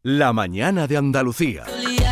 La mañana de Andalucía.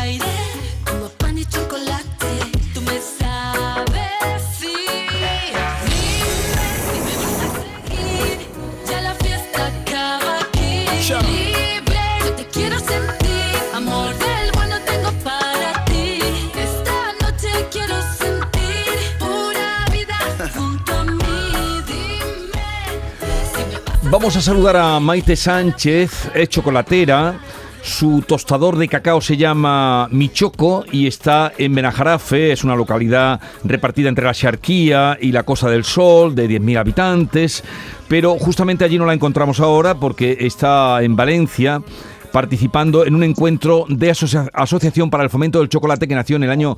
Vamos a saludar a Maite Sánchez, es chocolatera. Su tostador de cacao se llama Mi Choco y está en Benajarafe, es una localidad repartida entre la Xarquía y la Costa del Sol, de 10.000 habitantes, pero justamente allí no la encontramos ahora porque está en Valencia participando en un encuentro de Asociación para el Fomento del Chocolate que nació en el año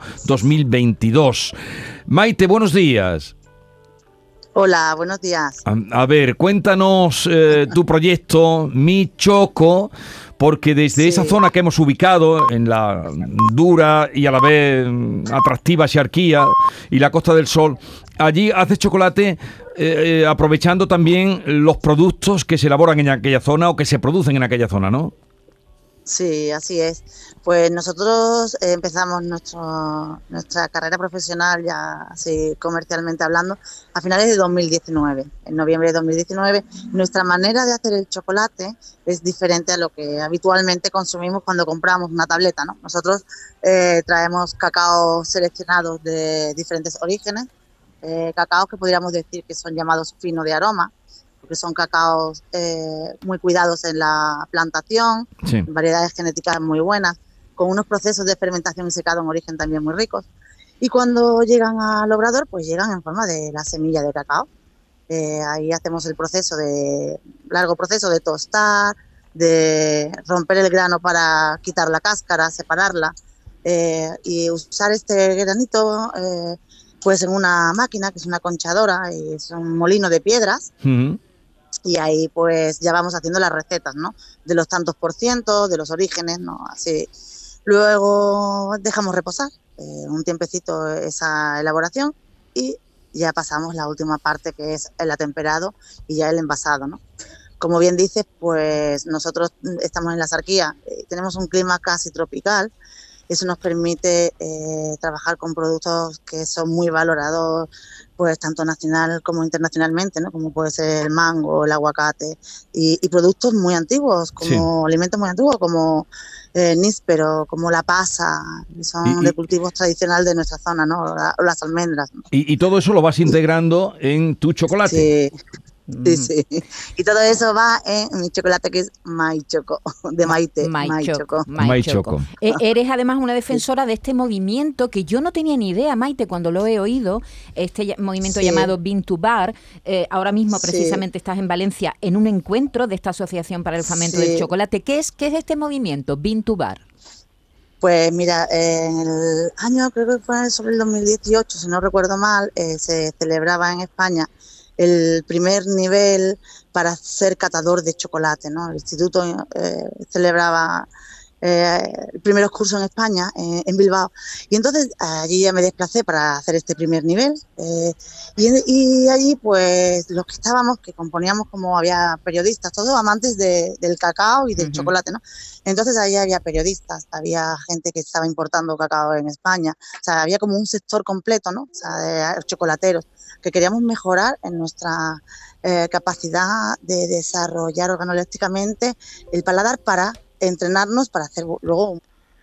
2022. Maite, buenos días. Hola, buenos días. A ver, cuéntanos tu proyecto Mi Choco, porque desde esa zona que hemos ubicado en la dura y a la vez atractiva Xarquía y la Costa del Sol, allí haces chocolate aprovechando también los productos que se elaboran en aquella zona o que se producen en aquella zona, ¿no? Sí, así es. Pues nosotros empezamos nuestra carrera profesional, ya así comercialmente hablando, a finales de 2019. En noviembre de 2019, nuestra manera de hacer el chocolate es diferente a lo que habitualmente consumimos cuando compramos una tableta, ¿no? Nosotros traemos cacaos seleccionados de diferentes orígenes, cacaos que podríamos decir que son llamados finos de aroma, porque son cacaos muy cuidados en la plantación, sí, variedades genéticas muy buenas, con unos procesos de fermentación y secado en origen también muy ricos. Y cuando llegan al obrador, pues llegan en forma de la semilla de cacao. Ahí hacemos el largo proceso de tostar, de romper el grano para quitar la cáscara, separarla, y usar este granito pues en una máquina que es una conchadora, y es un molino de piedras. Uh-huh. Y ahí pues ya vamos haciendo las recetas, ¿no? De los tantos por ciento, de los orígenes, ¿no? Así. Luego dejamos reposar un tiempecito esa elaboración y ya pasamos la última parte, que es el atemperado y ya el envasado, ¿no? Como bien dices, pues nosotros estamos en la Xarquía, tenemos un clima casi tropical. Eso nos permite trabajar con productos que son muy valorados, pues tanto nacional como internacionalmente, ¿no? Como puede ser el mango, el aguacate y productos muy antiguos, como sí, alimentos muy antiguos, como níspero, como la pasa, que son de cultivos tradicional de nuestra zona, ¿no? O las almendras, ¿no? Y todo eso lo vas integrando en tu chocolate. Sí. Sí, sí. Y todo eso va en mi chocolate, que es My Choco, de Maite. My Choco. My Choco. Eres además una defensora de este movimiento que yo no tenía ni idea, Maite, cuando lo he oído, este movimiento llamado Bean to Bar. Ahora mismo precisamente estás en Valencia en un encuentro de esta Asociación para el Fomento del Chocolate. ¿Qué es este movimiento, Bean to Bar? Pues mira, en el año, creo que fue sobre el 2018, si no recuerdo mal, se celebraba en España el primer nivel para ser catador de chocolate, ¿no? El instituto celebraba el primer curso en España, en Bilbao, y entonces allí ya me desplacé para hacer este primer nivel, y allí pues los que estábamos, que componíamos, como había periodistas, todos amantes del cacao y del chocolate, ¿no? Entonces ahí había periodistas, había gente que estaba importando cacao en España, o sea, había como un sector completo, ¿no? O sea, de chocolateros, que queríamos mejorar en nuestra capacidad de desarrollar organolépticamente el paladar para entrenarnos para hacer luego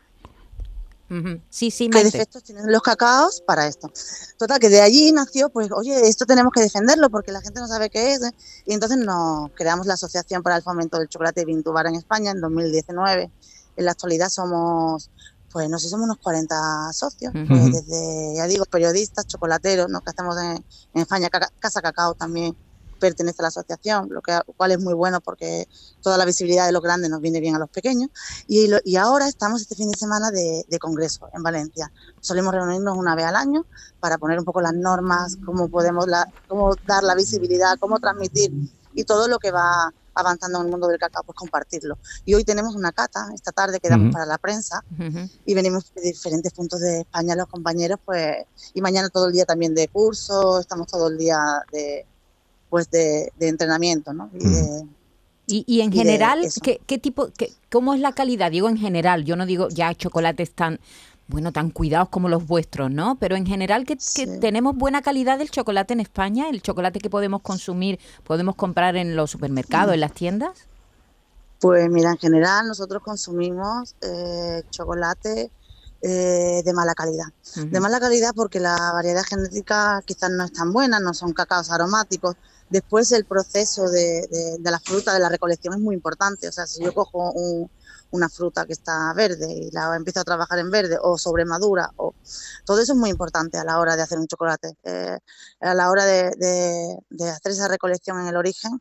sí, qué defectos tienen los cacaos para esto. Total, que de allí nació, pues, oye, esto tenemos que defenderlo porque la gente no sabe qué es, y entonces nos creamos la Asociación para el Fomento del Chocolate Bean to Bar en España en 2019. En la actualidad somos, pues no sé, somos unos 40 socios, pues, desde, ya digo, periodistas, chocolateros, ¿no? Que hacemos en España. Casa Cacao también pertenece a la asociación, cual es muy bueno porque toda la visibilidad de los grandes nos viene bien a los pequeños. Y ahora estamos este fin de semana de congreso en Valencia. Solemos reunirnos una vez al año para poner un poco las normas, cómo dar la visibilidad, cómo transmitir, y todo lo que va avanzando en el mundo del cacao, pues compartirlo. Y hoy tenemos una cata, esta tarde quedamos para la prensa, y venimos de diferentes puntos de España los compañeros, pues, y mañana todo el día también de curso, estamos todo el día de entrenamiento, ¿no? Y en general, ¿qué tipo, cómo es la calidad? Digo en general, yo no digo ya chocolates tan cuidados como los vuestros, ¿no? Pero en general que tenemos buena calidad del chocolate en España, el chocolate que podemos consumir, podemos comprar en los supermercados, en las tiendas. Pues mira, en general nosotros consumimos chocolate de mala calidad. Uh-huh. De mala calidad porque la variedad genética quizás no es tan buena, no son cacaos aromáticos. Después el proceso de la fruta, de la recolección es muy importante. O sea, si yo cojo una fruta que está verde y la empiezo a trabajar en verde o sobremadura, todo eso es muy importante a la hora de hacer un chocolate. A la hora de hacer esa recolección en el origen,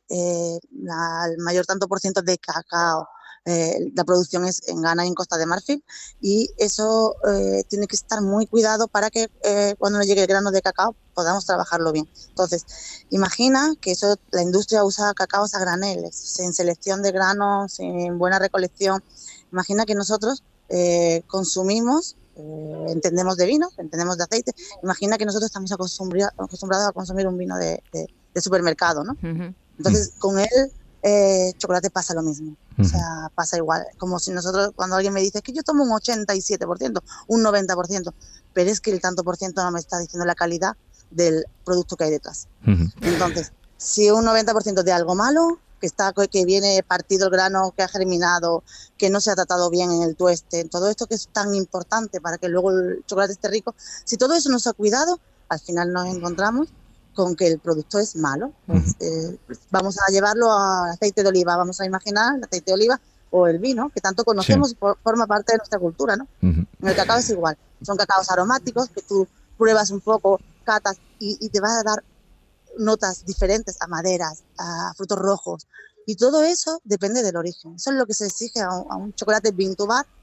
el mayor tanto por ciento de cacao, la producción es en Ghana y en Costa de Marfil, y eso tiene que estar muy cuidado para que cuando nos llegue el grano de cacao podamos trabajarlo bien. Entonces, imagina que la industria usa cacaos a graneles, sin selección de granos, sin buena recolección. Imagina que nosotros consumimos, entendemos de vino, entendemos de aceite. Imagina que nosotros estamos acostumbrados a consumir un vino de supermercado, ¿no? Uh-huh. Entonces, con el chocolate pasa lo mismo. O sea, pasa igual. Como si nosotros, cuando alguien me dice que yo tomo un 87%, un 90%, pero es que el tanto por ciento no me está diciendo la calidad del producto que hay detrás. Uh-huh. Entonces, si un 90% de algo malo, que viene partido el grano, que ha germinado, que no se ha tratado bien en el tueste, todo esto que es tan importante para que luego el chocolate esté rico, si todo eso no se ha cuidado, al final nos encontramos con que el producto es malo. Pues, vamos a llevarlo al aceite de oliva, vamos a imaginar el aceite de oliva o el vino, que tanto conocemos, sí, y forma parte de nuestra cultura, ¿no? Uh-huh. En el cacao es igual, son cacaos aromáticos que tú pruebas un poco, catas y te vas a dar notas diferentes a maderas, a frutos rojos, y todo eso depende del origen. Eso es lo que se exige a un chocolate bean to bar,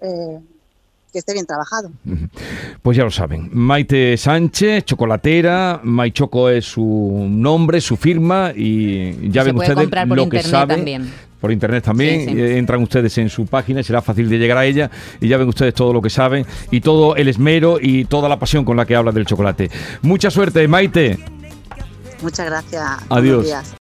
que esté bien trabajado. Pues ya lo saben, Maite Sánchez, chocolatera, Maichoco es su nombre, su firma, y ya ven ustedes lo que sabe. También. Por internet también, sí. Entran ustedes en su página y será fácil de llegar a ella, y ya ven ustedes todo lo que saben y todo el esmero y toda la pasión con la que habla del chocolate. Mucha suerte, Maite. Muchas gracias. Adiós.